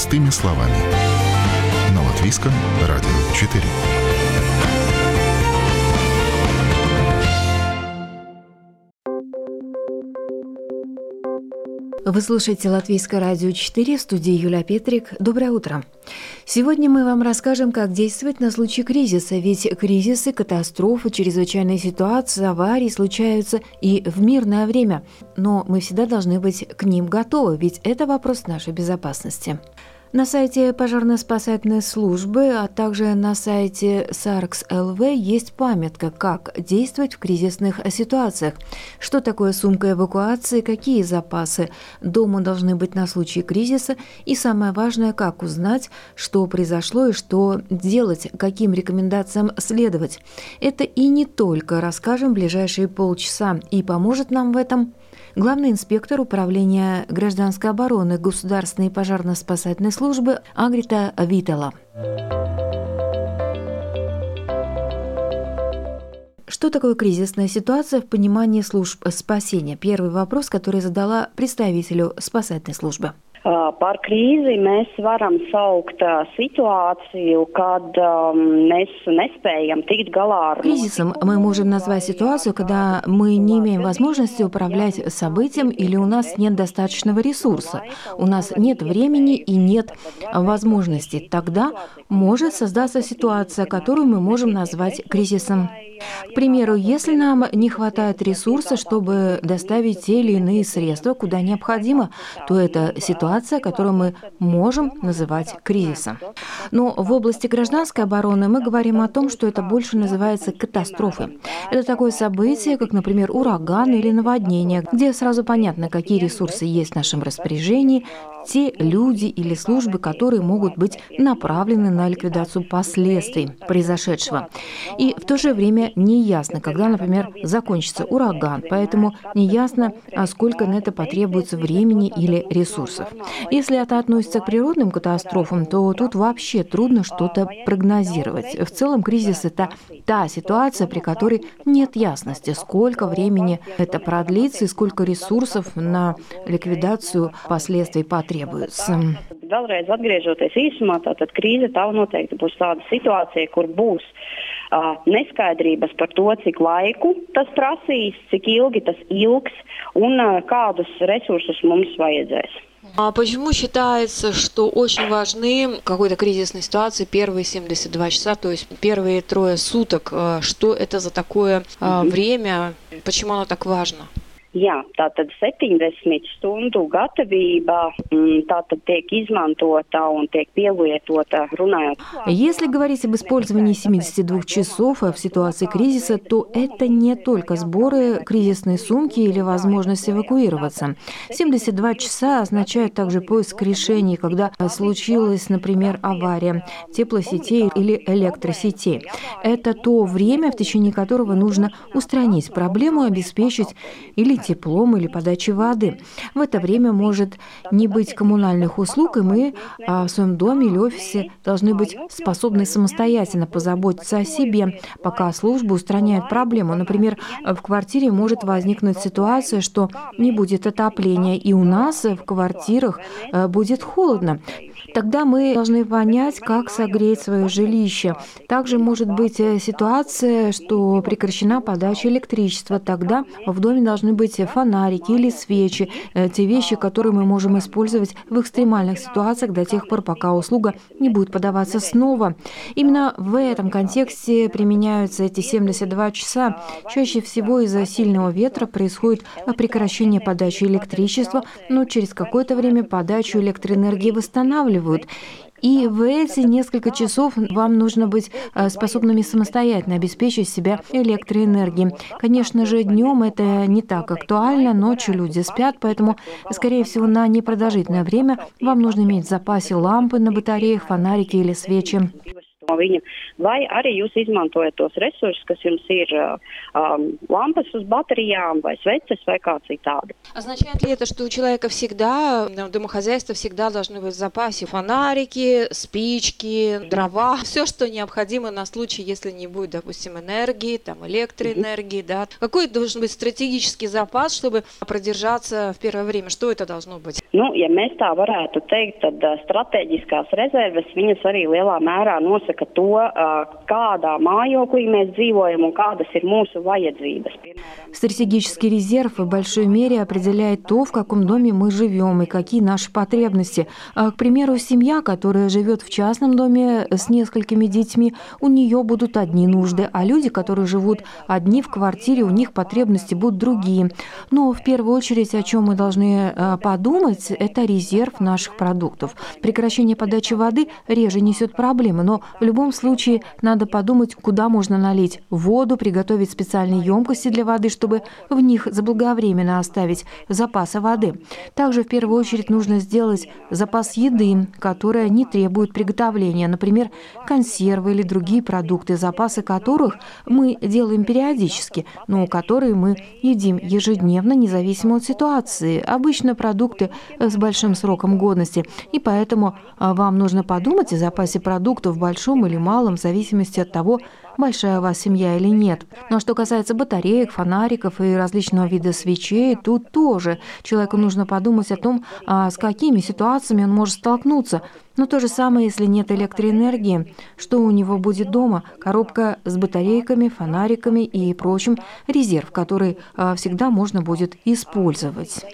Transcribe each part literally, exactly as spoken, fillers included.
Простыми словами. На Латвийском радио четыре. Вы слушаете Латвийское радио четыре, в студии Юлия Петрик. Доброе утро. Сегодня мы вам расскажем, как действовать на случай кризиса, ведь кризисы, катастрофы, чрезвычайные ситуации, аварии случаются и в мирное время. Но мы всегда должны быть к ним готовы, ведь это вопрос нашей безопасности. На сайте пожарно-спасательной службы, а также на сайте Саркс точка эл ви есть памятка, как действовать в кризисных ситуациях, что такое сумка эвакуации, какие запасы дома должны быть на случай кризиса и, самое важное, как узнать, что произошло и что делать, каким рекомендациям следовать. Это и не только расскажем в ближайшие полчаса, и поможет нам в этом главный инспектор управления гражданской обороны Государственной пожарно-спасательной службы Агрита Витала. Что такое кризисная ситуация в понимании служб спасения? Первый вопрос, который задала представителю спасательной службы. Par krīzi mēs varam saukt ситуацию, kad mēs nespējam tikt galā ar. Кризисом мы можем назвать ситуацию, когда мы не имеем возможности управлять событием или у нас нет достаточного ресурса, у нас нет времени и нет возможностей. Тогда может создаться ситуация, которую мы можем назвать кризисом. К примеру, если нам не хватает ресурса, чтобы доставить те или иные средства, куда необходимо, то это ситуация, которую мы можем называть кризисом. Но в области гражданской обороны мы говорим о том, что это больше называется катастрофой. Это такое событие, как, например, ураган или наводнение, где сразу понятно, какие ресурсы есть в нашем распоряжении, те люди или службы, которые могут быть направлены на ликвидацию последствий произошедшего. И в то же время неясно, когда, например, закончится ураган, поэтому неясно, сколько на это потребуется времени или ресурсов. Если это относится к природным катастрофам, то тут вообще трудно что-то прогнозировать. В целом кризис – это та ситуация, при которой нет ясности, сколько времени это продлится и сколько ресурсов на ликвидацию последствий потребуется. Vēlreiz atgriežoties īsumā, tātad krīze tā noteikti būs tāda situācija, kur būs uh, neskaidrības par to, cik laiku tas prasīs, cik ilgi tas ilgs un uh, kādus resursus mums vajadzēs. А почему считается, что очень важны в какой-то кризисной ситуации первые семьдесят два часа, то есть первые трое суток? Что это за такое mm-hmm. время? Почему оно так важно? Jā, tātad septiņdesmit stundu gatavība tātad tiek izmantota un tiek pielietota runājot. Если говорить об использовании семидесяти двух часов в ситуации кризиса, то это не только сборы кризисной сумки или возможность эвакуироваться. семьдесят два часа означает также поиск решений, когда случилась, например, авария теплосетей или электросетей. Это то время, в течение которого нужно устранить проблему, обеспечить или теплом или подачей воды. В это время может не быть коммунальных услуг, и мы а, в своем доме или офисе должны быть способны самостоятельно позаботиться о себе, пока служба устраняет проблему. Например, в квартире может возникнуть ситуация, что не будет отопления, и у нас в квартирах а, будет холодно. Тогда мы должны понять, как согреть свое жилище. Также может быть ситуация, что прекращена подача электричества. Тогда в доме должны быть фонарики или свечи, те вещи, которые мы можем использовать в экстремальных ситуациях до тех пор, пока услуга не будет подаваться снова. Именно в этом контексте применяются эти семьдесят два часа. Чаще всего из-за сильного ветра происходит прекращение подачи электричества, но через какое-то время подачу электроэнергии восстанавливают. И в эти несколько часов вам нужно быть способными самостоятельно обеспечить себя электроэнергией. Конечно же, днем это не так актуально, ночью люди спят, поэтому, скорее всего, на непродолжительное время вам нужно иметь в запасе лампы на батареях, фонарики или свечи. Viņa, vai arī jūs izmantojat tos resursus, kas jums ir um, лампас uz батареям, vai sveces, vai kā citādi. Означает ли это, что у человека всегда, у домохозяйства всегда должны быть в запасе фонарики, спички, дрова, все, что необходимо на случай, если не будет, допустим, энергии, там, электроэнергии, да? Какой должен быть стратегический запас, чтобы продержаться в первое время? Что это должно быть? Nu, ja mēs tā varētu teikt, tad uh, strateģiskās rezerves, viņas arī lielā mērā nosaka to, uh, kādā mājoklī mēs dzīvojam un kādas ir mūsu vajadzības. Стратегический резерв в большой мере определяет то, в каком доме мы живем и какие наши потребности. А, к примеру, семья, которая живет в частном доме с несколькими детьми, у нее будут одни нужды, а люди, которые живут одни в квартире, у них потребности будут другие. Но в первую очередь, о чем мы должны а, подумать, это резерв наших продуктов. Прекращение подачи воды реже несет проблемы, но в любом случае надо подумать, куда можно налить воду, приготовить специальные емкости для воды, чтобы в них заблаговременно оставить запасы воды. Также в первую очередь нужно сделать запас еды, которая не требует приготовления, например, консервы или другие продукты, запасы которых мы делаем периодически, но которые мы едим ежедневно, независимо от ситуации. Обычно продукты с большим сроком годности, и поэтому вам нужно подумать о запасе продуктов, большом или малом, в зависимости от того, большая у вас семья или нет. Но что касается батареек, фонариков и различного вида свечей, тут тоже человеку нужно подумать о том, а с какими ситуациями он может столкнуться. Но то же самое, если нет электроэнергии, что у него будет дома? Коробка с батарейками, фонариками и прочим, резерв, который а, всегда можно будет использовать.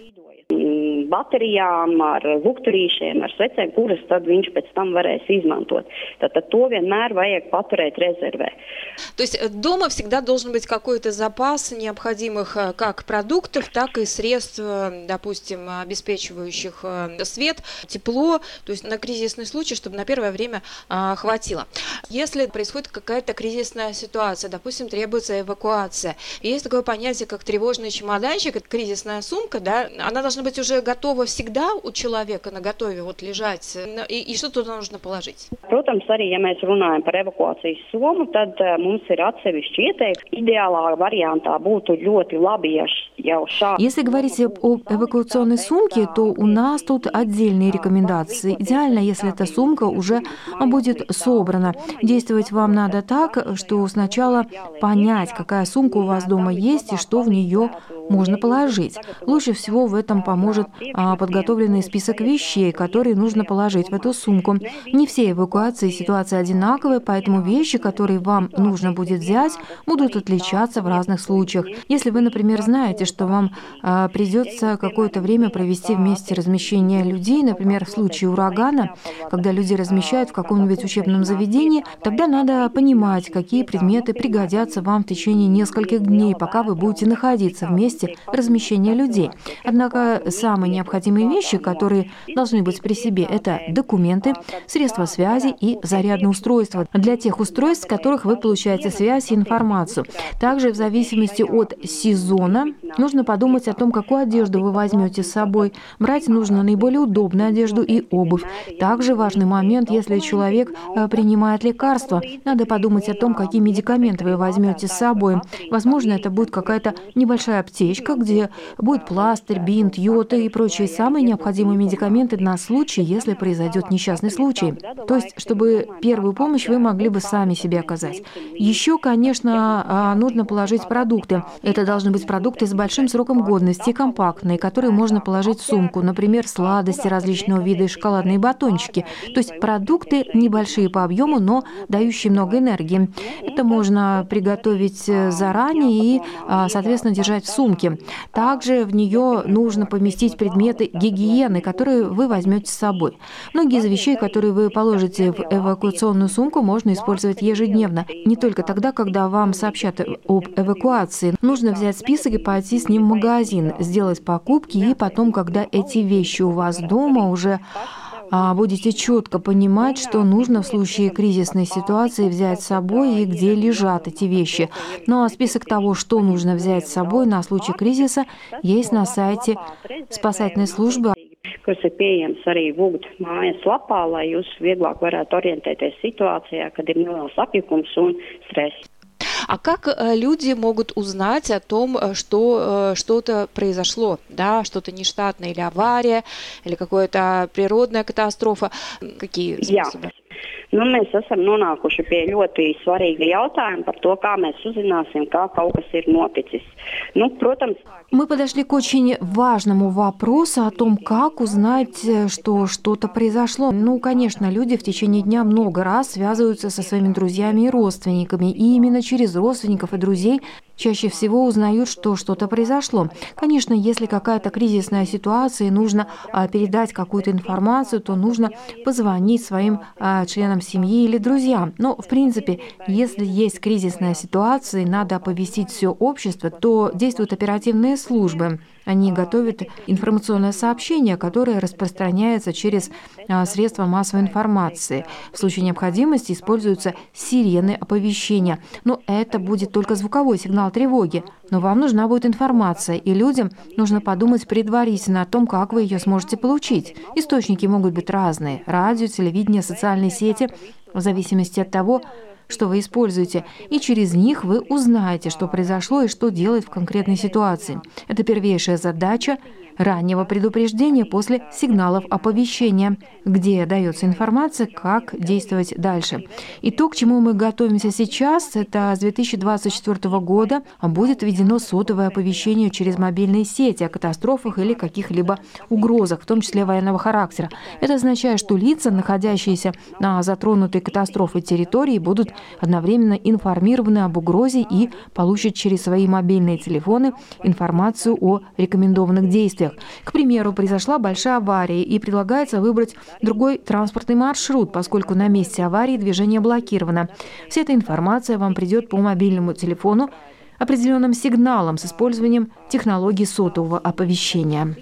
Baterijām, ar lukturīšiem, ar svecēm, kuras tad viņš pēc tam varēs izmantot. Tātad to vienmēr vajag paturēt rezervē. То есть дома всегда должен быть какой-то запас необходимых как продуктов, так и средств, допустим, обеспечивающих свет, тепло, то есть на кризисный случай, чтобы на первое время а, хватило. Если происходит какая-то кризисная ситуация, допустим, требуется эвакуация, есть такое понятие, как тревожный чемоданчик, это кризисная сумка, да, она должна быть уже готова готова всегда у человека наготове вот лежать, и, и что туда нужно положить? Protams, arī, ja mēs runājam par evakuācijas somu, tad uh, mums ir atsevišķi ieteikti. Ideālā variantā būtu ļoti labi, ja jau šā... Если говорить об эвакуационной сумке, то у нас тут отдельные рекомендации. Идеально, если эта сумка уже будет собрана. Действовать вам надо так, что сначала понять, какая сумка у вас дома есть и что в нее можно положить. Лучше всего в этом поможет а, подготовленный список вещей, которые нужно положить в эту сумку. Не все эвакуации и ситуации одинаковые, поэтому вещи, которые вам нужно будет взять, будут отличаться в разных случаях. Если вы, например, знаете, что вам а, придется какое-то время провести в месте размещения людей, например, в случае урагана, когда люди размещают в каком-нибудь учебном заведении, тогда надо понимать, какие предметы пригодятся вам в течение нескольких дней, пока вы будете находиться в месте размещения людей. Однако самые необходимые вещи, которые должны быть при себе, это документы, средства связи и зарядные устройства для тех устройств, с которых вы получаете связь и информацию. Также в зависимости от сезона нужно подумать о том, какую одежду вы возьмете с собой. Брать нужно наиболее удобную одежду и обувь. Также важный момент, если человек принимает лекарства, надо подумать о том, какие медикаменты вы возьмете с собой. Возможно, это будет какая-то небольшая аптечка, где будет пластырь, бинт, йод и прочие самые необходимые медикаменты на случай, если произойдет несчастный случай. То есть, чтобы первую помощь вы могли бы сами себе оказать. Еще, конечно, нужно положить продукты. Это должны быть продукты с большим сроком годности, компактные, которые можно положить в сумку. Например, сладости различного вида и шоколадные батончики. То есть продукты небольшие по объему, но дающие много энергии. Это можно приготовить заранее и, соответственно, держать в сумке. Также в нее нужно поместить предметы гигиены, которые вы возьмете с собой. Многие из вещей, которые вы положите в эвакуационную сумку, можно использовать ежедневно. Не только тогда, когда вам сообщат об эвакуации. Нужно взять список и пойти с ним в магазин, сделать покупки, и потом, когда эти вещи у вас дома, уже а будете четко понимать, что нужно в случае кризисной ситуации взять с собой и где лежат эти вещи. Ну а список того, что нужно взять с собой на случай кризиса, есть на сайте спасательной службы. Kas ir pieejams arī Vūgt mājas lapā, lai jūs vieglāk varētu orientēties situācijā, kad ir neliels apjukums un stress. А как люди могут узнать о том, что что-то произошло, да, что-то нештатное, или авария, или какая-то природная катастрофа? Какие способы? nu, mēs esam nonākuši pie ļoti svarīga jautājuma par to, kā mēs uzzināsim, kā kaut kas ir noticis. Nu, protams, мы подошли к очень важному вопросу о том, как узнать, что что-то произошло. Ну, конечно, люди в течение дня много раз связываются со своими друзьями и родственниками, и именно через родственников и друзей чаще всего узнают, что что-то произошло. Конечно, если какая-то кризисная ситуация и нужно а, передать какую-то информацию, то нужно позвонить своим а, членам семьи или друзьям. Но, в принципе, если есть кризисная ситуация и надо оповестить все общество, то действуют оперативные службы. Они готовят информационное сообщение, которое распространяется через а, средства массовой информации. В случае необходимости используются сирены оповещения. Но это будет только звуковой сигнал тревоги. Но вам нужна будет информация, и людям нужно подумать предварительно о том, как вы ее сможете получить. Источники могут быть разные – радио, телевидение, социальные сети, в зависимости от того, что вы используете, и через них вы узнаете, что произошло и что делать в конкретной ситуации. Это первейшая задача раннего предупреждения после сигналов оповещения, где дается информация, как действовать дальше. И то, к чему мы готовимся сейчас, это с две тысячи двадцать четвёртого года будет введено сотовое оповещение через мобильные сети о катастрофах или каких-либо угрозах, в том числе военного характера. Это означает, что лица, находящиеся на затронутой катастрофой территории, будут одновременно информированы об угрозе и получат через свои мобильные телефоны информацию о рекомендованных действиях. К примеру, произошла большая авария, и предлагается выбрать другой транспортный маршрут, поскольку на месте аварии движение блокировано. Вся эта информация вам придет по мобильному телефону определенным сигналом с использованием технологии сотового оповещения.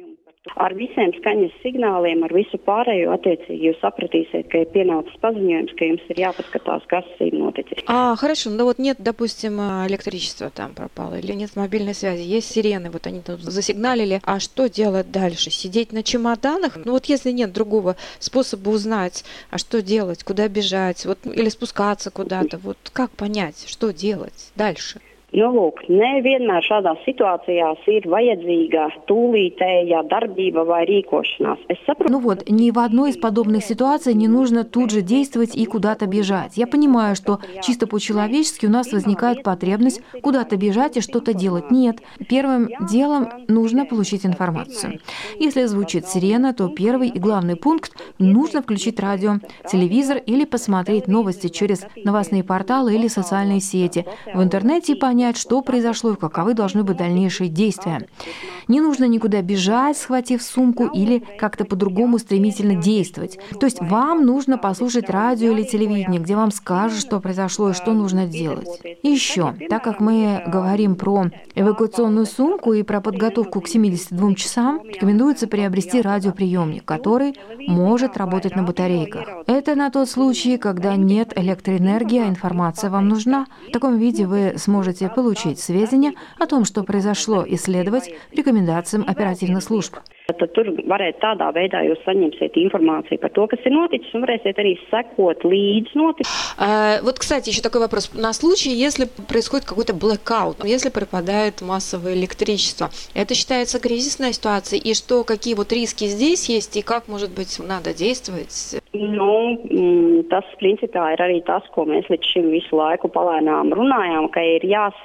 Ar visiem skaņas signāliem, ar visu pārējo, attiecīgi jūs sapratīsiet, ka ir pienācis paziņojums, ka jums ir jāpaskatās, kas ir noticis. А, хорошо, ну вот нет, допустим, электричество там пропало, или нет мобильной связи, есть сирены, вот они тут засигналили, а что делать дальше? Сидеть на чемоданах? Ну вот если нет другого способа узнать, а что делать, куда бежать, вот, или спускаться куда-то, вот как понять, что делать дальше? Nu, lūk, nevienmēr šādās situācijās ir vajadzīga tūlītēja darbība vai rīkošanās. Es saprotu. Ну вот, ни в одной из подобных ситуаций не нужно тут же действовать и куда-то бежать. Я понимаю, что чисто по-человечески у нас возникает потребность куда-то бежать и что-то делать. Нет, первым делом нужно получить информацию. Если звучит сирена, то первый и главный пункт – нужно включить радио, телевизор или посмотреть новости через новостные порталы или социальные сети. В интернете понять, что произошло и каковы должны быть дальнейшие действия. Не нужно никуда бежать, схватив сумку, или как-то по-другому стремительно действовать. То есть вам нужно послушать радио или телевидение, где вам скажут, что произошло и что нужно делать. И еще, так как мы говорим про эвакуационную сумку и про подготовку к семидесяти двум часам, рекомендуется приобрести радиоприемник, который может работать на батарейках. Это на тот случай, когда нет электроэнергии, а информация вам нужна. В таком виде вы сможете получить сведения о том, что произошло, и следовать рекомендациям оперативных служб. Tad tur varētu tādā veidā jūs saņemsiet informāciju par to, kas ir noticis, un varēsiet arī sekot līdz noticis. Вот, кстати, еще такой вопрос. На случай, если происходит какой-то блэкаут, если пропадает массовое электричество, это считается кризисной ситуацией? И что, какие вот риски здесь есть, и как, может быть, надо действовать? Nu, tas, principā, ir arī tas, ko mēs līdz šim visu laiku palēnām runājām, ka ir jās,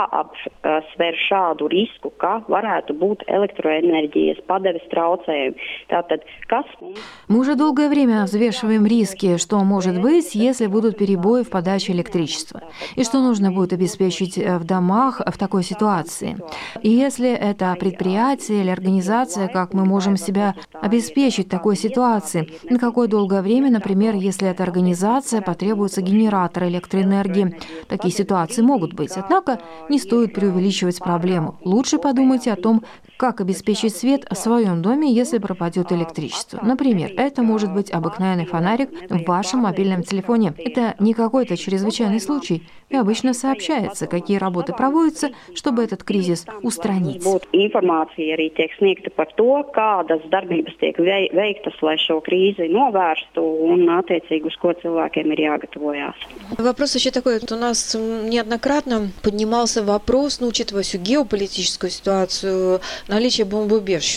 jāapsver šādu risku, ka varētu būt elektroenerģijas padeves traucējumi. Tātad, kas mums... Мы уже долгое время взвешиваем риски, что может быть, если будут перебои в подаче электричества, и что нужно будет обеспечить в домах в такой ситуации. И если это предприятие или организация, как мы можем себя обеспечить в такой ситуации, на какое долгое время, например, если эта организация, потребуется генератор электроэнергии. Такие ситуации могут быть. Однако не стоит преувеличивать проблему. Лучше подумайте о том, как обеспечить свет в своем доме, если пропадет электричество. Например, это может быть обыкновенный фонарик в вашем мобильном телефоне. Это не какой-то чрезвычайный случай. И обычно сообщается, какие работы проводятся, чтобы этот кризис устранить. Информация arī tiek sniegta par to, kādas darbības tiek veiktas, lai šo krīzi novērstu, un attiecīgi uz ko cilvēkiem ir jāgatavojās. Вопрос еще такой. У нас неоднократно поднимался вопрос, ну, учитывая всю геополитическую ситуацию, наличие бомбоубежищ. У нас есть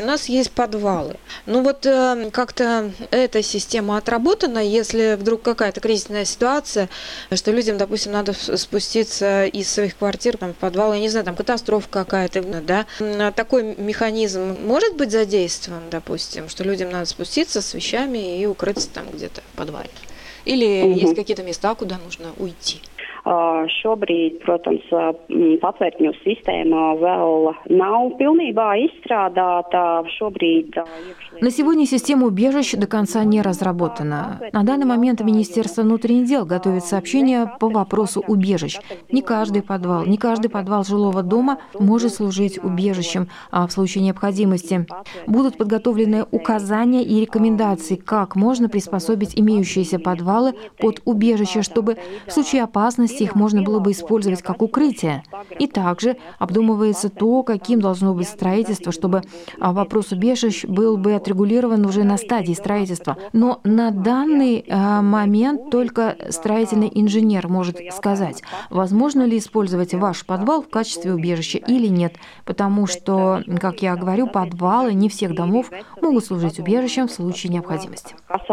есть подвалы. Ну вот э, как-то эта система отработана, если вдруг какая-то кризисная ситуация, что людям, допустим, надо спуститься из своих квартир там, в подвал, я не знаю, там катастрофа какая-то, да, такой механизм может быть задействован, допустим, что людям надо спуститься с вещами и укрыться там где-то в подвале? Или угу. есть какие-то места, куда нужно уйти? Šobrīd, protams, patvērtņu sistēma vēl nav pilnībā izstrādāta. Šobrīd На сегодня система убежищ до конца не разработана. На данный момент Министерство внутренних дел готовит сообщение по вопросу убежищ. Не каждый подвал, не каждый подвал жилого дома может служить убежищем, а в случае необходимости будут подготовлены указания и рекомендации, как можно приспособить имеющиеся подвалы под убежище, чтобы в случае опасности их можно было бы использовать как укрытие. И также обдумывается то, каким должно быть строительство, чтобы вопрос убежищ был бы отрегулирован уже на стадии строительства. Но на данный момент только строительный инженер может сказать, возможно ли использовать ваш подвал в качестве убежища или нет. Потому что, как я говорю, подвалы не всех домов могут служить убежищем в случае необходимости.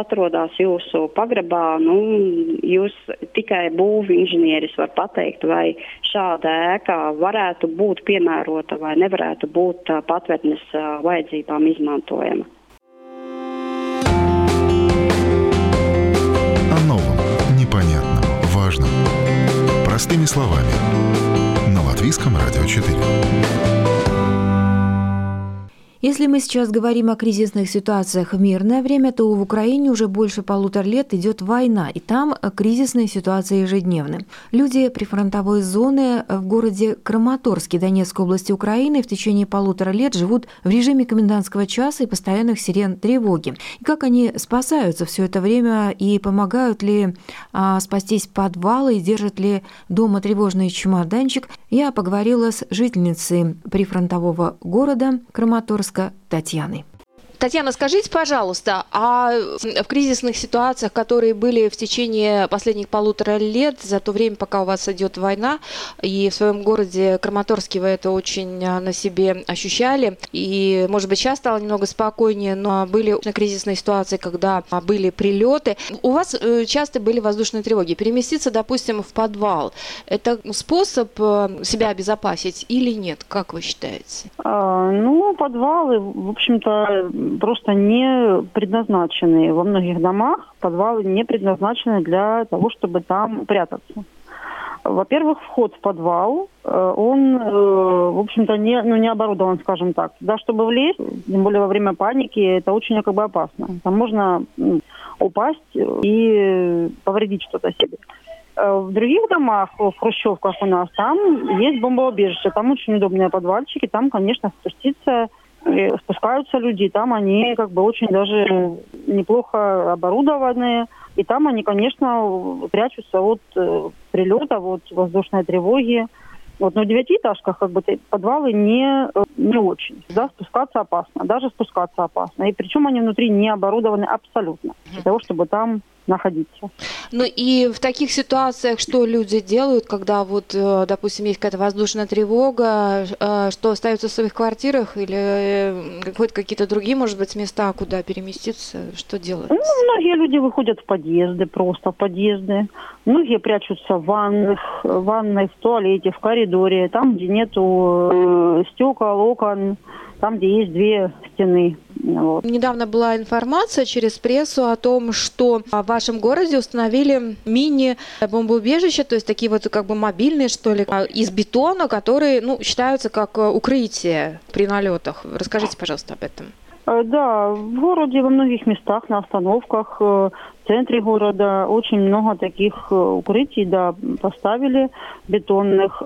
Inženieris var pateikt, vai šāda ēka varētu būt piemērota vai nevarētu būt patvērtnes vajadzībām izmantojama. О новом, непонятном, важном. Простыми словами. На Латвийском радио четыре. Если мы сейчас говорим о кризисных ситуациях в мирное время, то в Украине уже больше полутора лет идет война, и там кризисные ситуации ежедневны. Люди прифронтовой зоны в городе Краматорске Донецкой области Украины в течение полутора лет живут в режиме комендантского часа и постоянных сирен тревоги. И как они спасаются все это время, и помогают ли а, спастись подвалы, и держат ли дома тревожный чемоданчик, я поговорила с жительницей прифронтового города Краматорска Татьяной. Татьяна, скажите, пожалуйста, а в кризисных ситуациях, которые были в течение последних полутора лет, за то время, пока у вас идет война, и в своем городе Краматорске вы это очень на себе ощущали, и, может быть, сейчас стало немного спокойнее, но были кризисные ситуации, когда были прилеты. У вас часто были воздушные тревоги. Переместиться, допустим, в подвал – это способ себя обезопасить или нет? Как вы считаете? А, ну, подвалы, в общем-то, просто не предназначены. Во многих домах подвалы не предназначены для того, чтобы там прятаться. Во-первых, вход в подвал, он, в общем-то, не, ну, не оборудован, скажем так. Да, чтобы влезть, тем более во время паники, это очень как бы опасно. Там можно упасть и повредить что-то себе. В других домах, в хрущевках у нас, там есть бомбоубежище, там очень удобные подвальчики, там, конечно, спуститься, спускаются люди, там они как бы очень даже неплохо оборудованные, и там они, конечно, прячутся от прилета, от воздушной тревоги. Вот, но в девятиэтажках как бы подвалы не, не очень. Да, спускаться опасно, даже спускаться опасно. И причем они внутри не оборудованы абсолютно для того, чтобы там находиться. Ну и в таких ситуациях что люди делают, когда вот, допустим, есть какая-то воздушная тревога, что остаются в своих квартирах или какие-то другие, может быть, места, куда переместиться, что делают? Ну, многие люди выходят в подъезды, просто в подъезды. Многие прячутся в ваннах, в ванной, в туалете, в коридоре, там, где нету э, стекол, окон, там, где есть две стены. Вот. Недавно была информация через прессу о том, что в вашем городе установили мини-бомбоубежища, то есть такие вот как бы мобильные, что ли, из бетона, которые, ну, считаются как укрытие при налетах. Расскажите, пожалуйста, об этом. Да, в городе во многих местах, на остановках, в центре города очень много таких укрытий, да, поставили бетонных.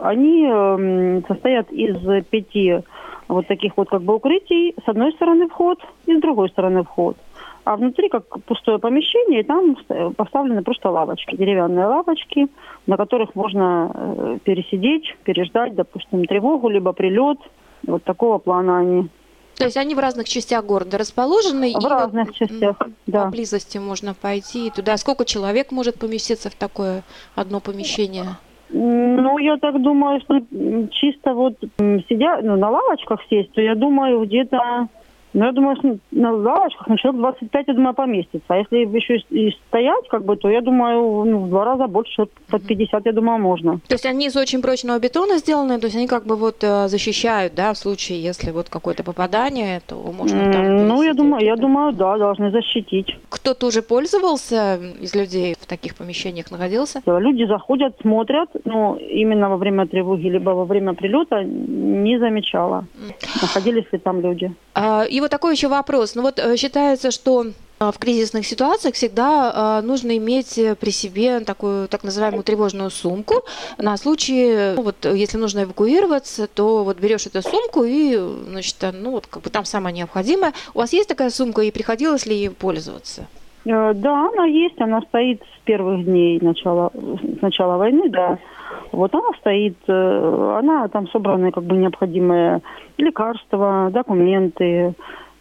Они состоят из пяти вот таких вот как бы укрытий. С одной стороны вход и с другой стороны вход. А внутри как пустое помещение, и там поставлены просто лавочки, деревянные лавочки, на которых можно пересидеть, переждать, допустим, тревогу, либо прилет. Вот такого плана они. То есть они в разных частях города расположены? В и разных частях, да. Поблизости можно пойти туда. Сколько человек может поместиться в такое одно помещение? Ну, я так думаю, что чисто вот сидя, ну, на лавочках сесть, то я думаю, где-то Ну, я думаю, если на лавочках, на человек двадцать пять, я думаю, поместится. А если еще и стоять, как бы, то, я думаю, ну, в два раза больше, под пятьдесят, я думаю, можно. То есть они из очень прочного бетона сделаны, то есть они как бы вот защищают, да, в случае, если вот какое-то попадание, то можно там... Mm, ну, я думаю, я думаю, да, должны защитить. Кто-то уже пользовался из людей в таких помещениях, находился? Люди заходят, смотрят, но именно во время тревоги, либо во время прилета не замечала, находились ли там люди. И вот такой еще вопрос. Ну вот считается, что в кризисных ситуациях всегда нужно иметь при себе такую так называемую тревожную сумку на случай, ну, вот если нужно эвакуироваться, то вот берешь эту сумку и, значит, ну вот как бы там самое необходимое. У вас есть такая сумка и приходилось ли ей пользоваться? Да, она есть, она стоит с первых дней начала, с начала войны, да. Вот она стоит, она там собраны как бы необходимые лекарства, документы,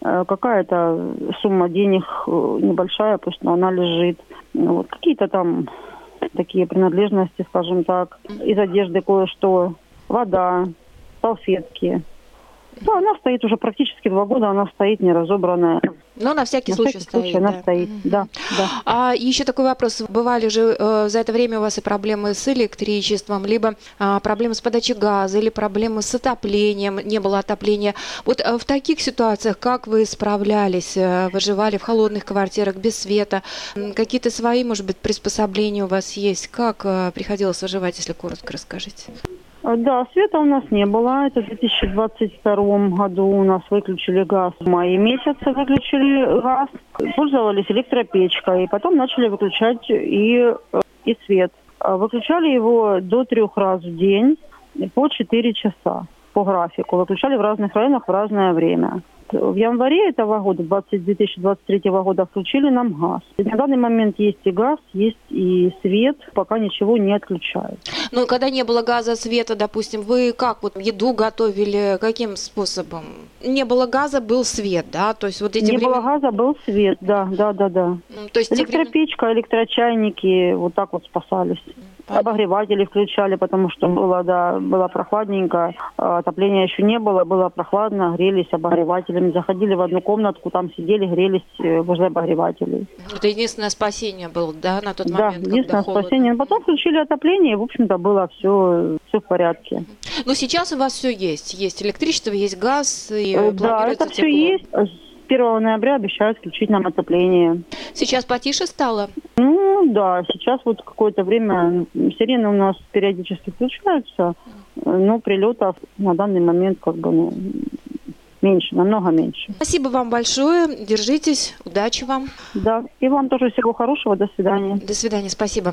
какая-то сумма денег небольшая, пусть, но она лежит. Вот, какие-то там такие принадлежности, скажем так, из одежды кое-что, вода, салфетки. Да, она стоит уже практически два года, она стоит неразобранная. Но на всякий на случай всякий стоит. случай она да. стоит, Mm-hmm. да, да. А еще такой вопрос. Бывали же э, за это время у вас и проблемы с электричеством, либо э, проблемы с подачей газа, или проблемы с отоплением, не было отопления. Вот э, в таких ситуациях как вы справлялись? Э, выживали в холодных квартирах без света? Какие-то свои, может быть, приспособления у вас есть? Как э, приходилось выживать, если коротко расскажите? Да, света у нас не было. Это в две тысячи двадцать втором году у нас выключили газ. В мае месяце выключили газ. Пользовались электропечкой. Потом начали выключать и, и свет. Выключали его до трех раз в день по четыре часа по графику. Выключали в разных районах в разное время. В январе этого года, две тысячи двадцать третьего года, включили нам газ. На данный момент есть и газ, есть и свет, пока ничего не отключают. Ну, когда не было газа, света, допустим, вы как вот еду готовили, каким способом? Не было газа, был свет, да? То есть вот эти Не времена... было газа, был свет, да, да, да, да. То есть электропечка, времен... электрочайники, вот так вот спасались. Понятно. Обогреватели включали, потому что было, да, было прохладненько, отопления еще не было, было прохладно, грелись обогревателями, заходили в одну комнатку, там сидели, грелись возле обогревателей. Это единственное спасение было, да, на тот да, момент, когда единственное холодно. спасение. Потом включили отопление, и, в общем-то, было все, все в порядке. Но сейчас у вас все есть, есть электричество, есть газ, и да, планируется это все тепло. есть. С первого ноября обещают включить нам отопление. Сейчас потише стало? Ну да, сейчас вот какое-то время сирены у нас периодически включаются, но прилетов на данный момент как бы ну, меньше, намного меньше. Спасибо вам большое, держитесь, удачи вам. Да, и вам тоже всего хорошего, до свидания. До свидания, спасибо.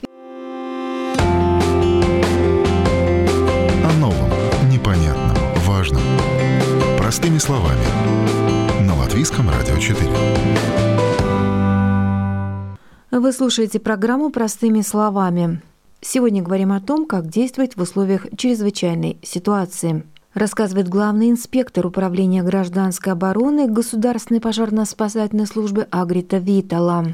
О новом, непонятном, важном. Простыми словами. На Латвийском радио четыре. Вы слушаете программу «Простыми словами». Сегодня говорим о том, как действовать в условиях чрезвычайной ситуации. Рассказывает главный инспектор Управления гражданской обороны Государственной пожарно-спасательной службы Агрита Витала.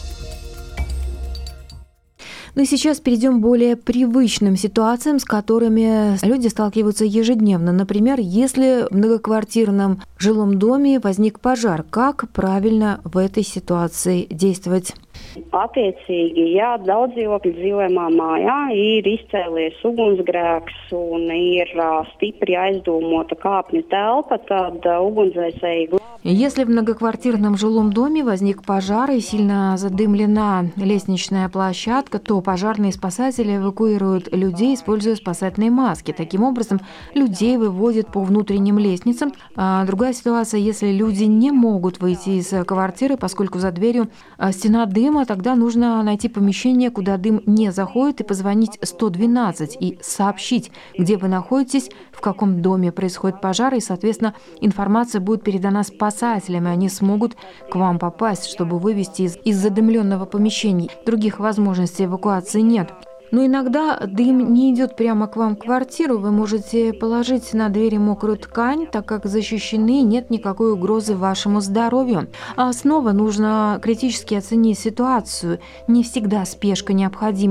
Ну и сейчас перейдем к более привычным ситуациям, с которыми люди сталкиваются ежедневно. Например, если в многоквартирном жилом доме возник пожар, как правильно в этой ситуации действовать? Attiecīgi, ja daudz dzīvokļu dzīvojamā mājā ir izcēlies ugunsgrēks un ir uh, stipri aizdomota kāpņu telpa, tad uh, ugunsdzēsēji glābj. Если в многоквартирном жилом доме возник пожар и сильно задымлена лестничная площадка, то пожарные спасатели эвакуируют людей, используя спасательные маски. Таким образом, людей выводят по внутренним лестницам. А другая ситуация, если люди не могут выйти из квартиры, поскольку за дверью стена дыма, тогда нужно найти помещение, куда дым не заходит, и позвонить сто двенадцать и сообщить, где вы находитесь, в каком доме происходит пожар, и, соответственно, информация будет передана спасателям, и они смогут к вам попасть, чтобы вывести из, из задымленного помещения. Других возможностей эвакуации нет. Но иногда дым не идет прямо к вам в квартиру. Вы можете положить на двери мокрую ткань, так как защищены, нет никакой угрозы вашему здоровью. А снова нужно критически оценить ситуацию. Не всегда спешка необходима.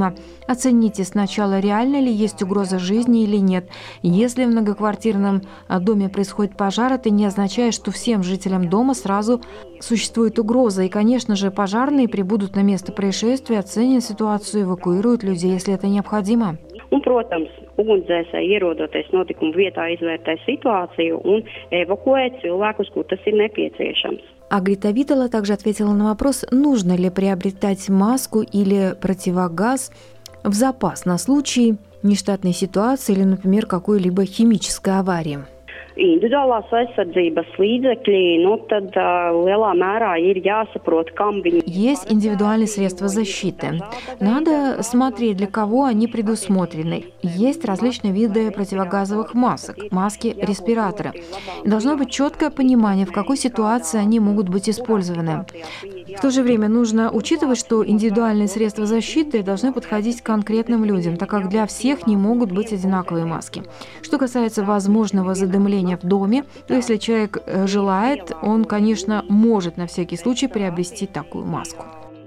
Оцените сначала, реально ли есть угроза жизни или нет. Если в многоквартирном доме происходит пожар, это не означает, что всем жителям дома сразу существует угроза. И, конечно же, пожарные прибудут на место происшествия, оценят ситуацию, эвакуируют людей, если это необходимо. Un, protams, ugunsdzēsēji ierodoties notikumu vietā izvērtē situāciju un evakuē cilvēkus, kur tas ir nepieciešams. Агрита Витала также ответила на вопрос, нужно ли приобретать маску или противогаз в запас на случай нештатной ситуации или, например, какой-либо химической аварии. Individuālās aizsardzības līdzekļi, nu tad uh, lielā mērā ir jāsaprot, kam viņi... Есть индивидуальные средства защиты. Надо смотреть, для кого они предусмотрены. Есть различные виды противогазовых масок, маски, респираторы. И должно быть четкое понимание, в какой ситуации они могут быть использованы. В то же время нужно учитывать, что индивидуальные средства защиты должны подходить к конкретным людям, так как для всех не могут быть одинаковые маски. Что касается возможного задымления в доме, то если человек желает, он, конечно, может на всякий случай приобрести такую маску.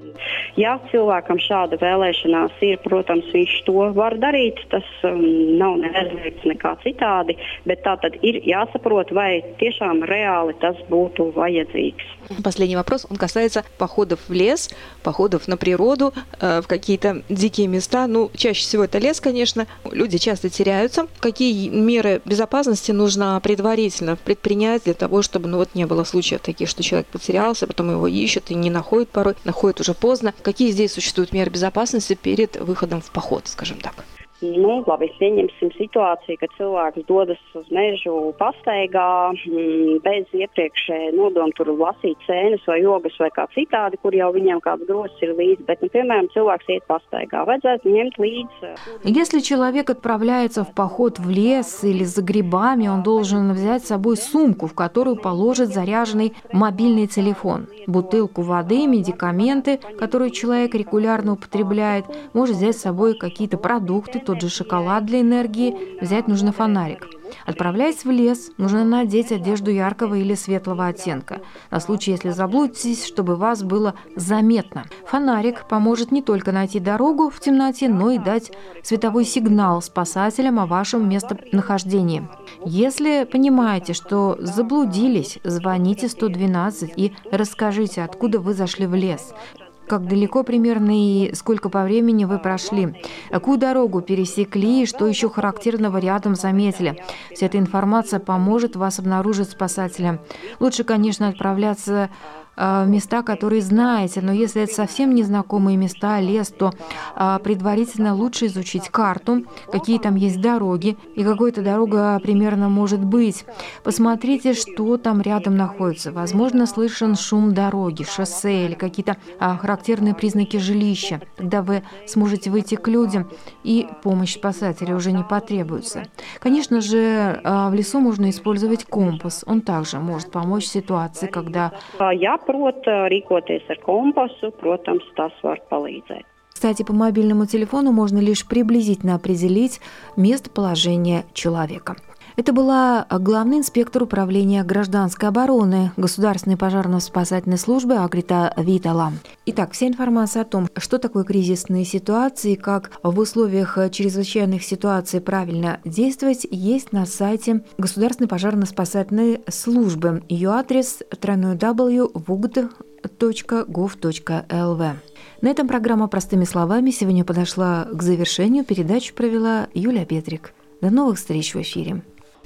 Ja cilvēkam šāda vēlēšanās ir, protams, viņš to var darīt, tas um, nav neaizliegts nekā citādi, bet tā tad ir jāsaprot, vai tiešām reāli tas būtu vajadzīgs. Последний вопрос, он касается походов в лес, походов на природу, э, в какие-то дикие места. Ну, чаще всего это лес, конечно. Люди часто теряются. Какие меры безопасности нужно предварительно предпринять для того, чтобы, ну, вот не было случаев таких, что человек потерялся, потом его ищут и не находят порой, находят уже поздно. Какие здесь существуют меры безопасности перед выходом в поход, скажем так? Nu, labi, pieņemsim situāciju, ka cilvēks dodas uz mežu pastaigā bez iepriekšēja nodoma tur lasīt cēnes vai jogas vai kā citādi, kur jau viņam kāds grozs ir līdzi. Bet, nu, piemēram, cilvēks iet pastaigā, vajadzētu ņemt līdzi. Если человек отправляется в поход в лес или за грибами, он должен взять с собой сумку, в которую положит заряженный мобильный телефон, бутылку воды, медикаменты, которые человек регулярно употребляет, может взять с собой какие-то продукты, тот же шоколад для энергии, взять нужно фонарик. Отправляясь в лес, нужно надеть одежду яркого или светлого оттенка, на случай, если заблудитесь, чтобы вас было заметно. Фонарик поможет не только найти дорогу в темноте, но и дать световой сигнал спасателям о вашем местонахождении. Если понимаете, что заблудились, звоните сто двенадцать и расскажите, откуда вы зашли в лес. Как далеко примерно и сколько по времени вы прошли, какую дорогу пересекли и что еще характерного рядом заметили. Вся эта информация поможет вас обнаружить спасателя. Лучше, конечно, отправляться в места, которые знаете, но если это совсем незнакомые места, лес, то предварительно лучше изучить карту, какие там есть дороги и какая эта дорога примерно может быть. Посмотрите, что там рядом находится. Возможно, слышен шум дороги, шоссе или какие-то характерные признаки жилища. Тогда вы сможете выйти к людям, и помощь спасателя уже не потребуется. Конечно же, в лесу можно использовать компас. Он также может помочь в ситуации, когда... Prot, rīkoties ar kompasu, protams, tas var palīdzēt. Кстати, по мобильному телефону можно лишь приблизительно определить местоположение человека. Это была главный инспектор управления гражданской обороны Государственной пожарно-спасательной службы Агрита Витала. Итак, вся информация о том, что такое кризисные ситуации, как в условиях чрезвычайных ситуаций правильно действовать, есть на сайте Государственной пожарно-спасательной службы. Ее адрес дабл ю дабл ю дабл ю точка в у г д точка гов точка эл ви. На этом программа «Простыми словами» сегодня подошла к завершению. Передачу провела Юлия Петрик. До новых встреч в эфире.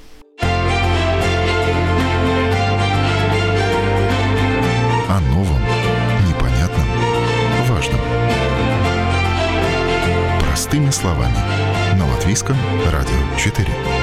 О новом, непонятном, важном. Простыми словами. На Латвийском радио четыре.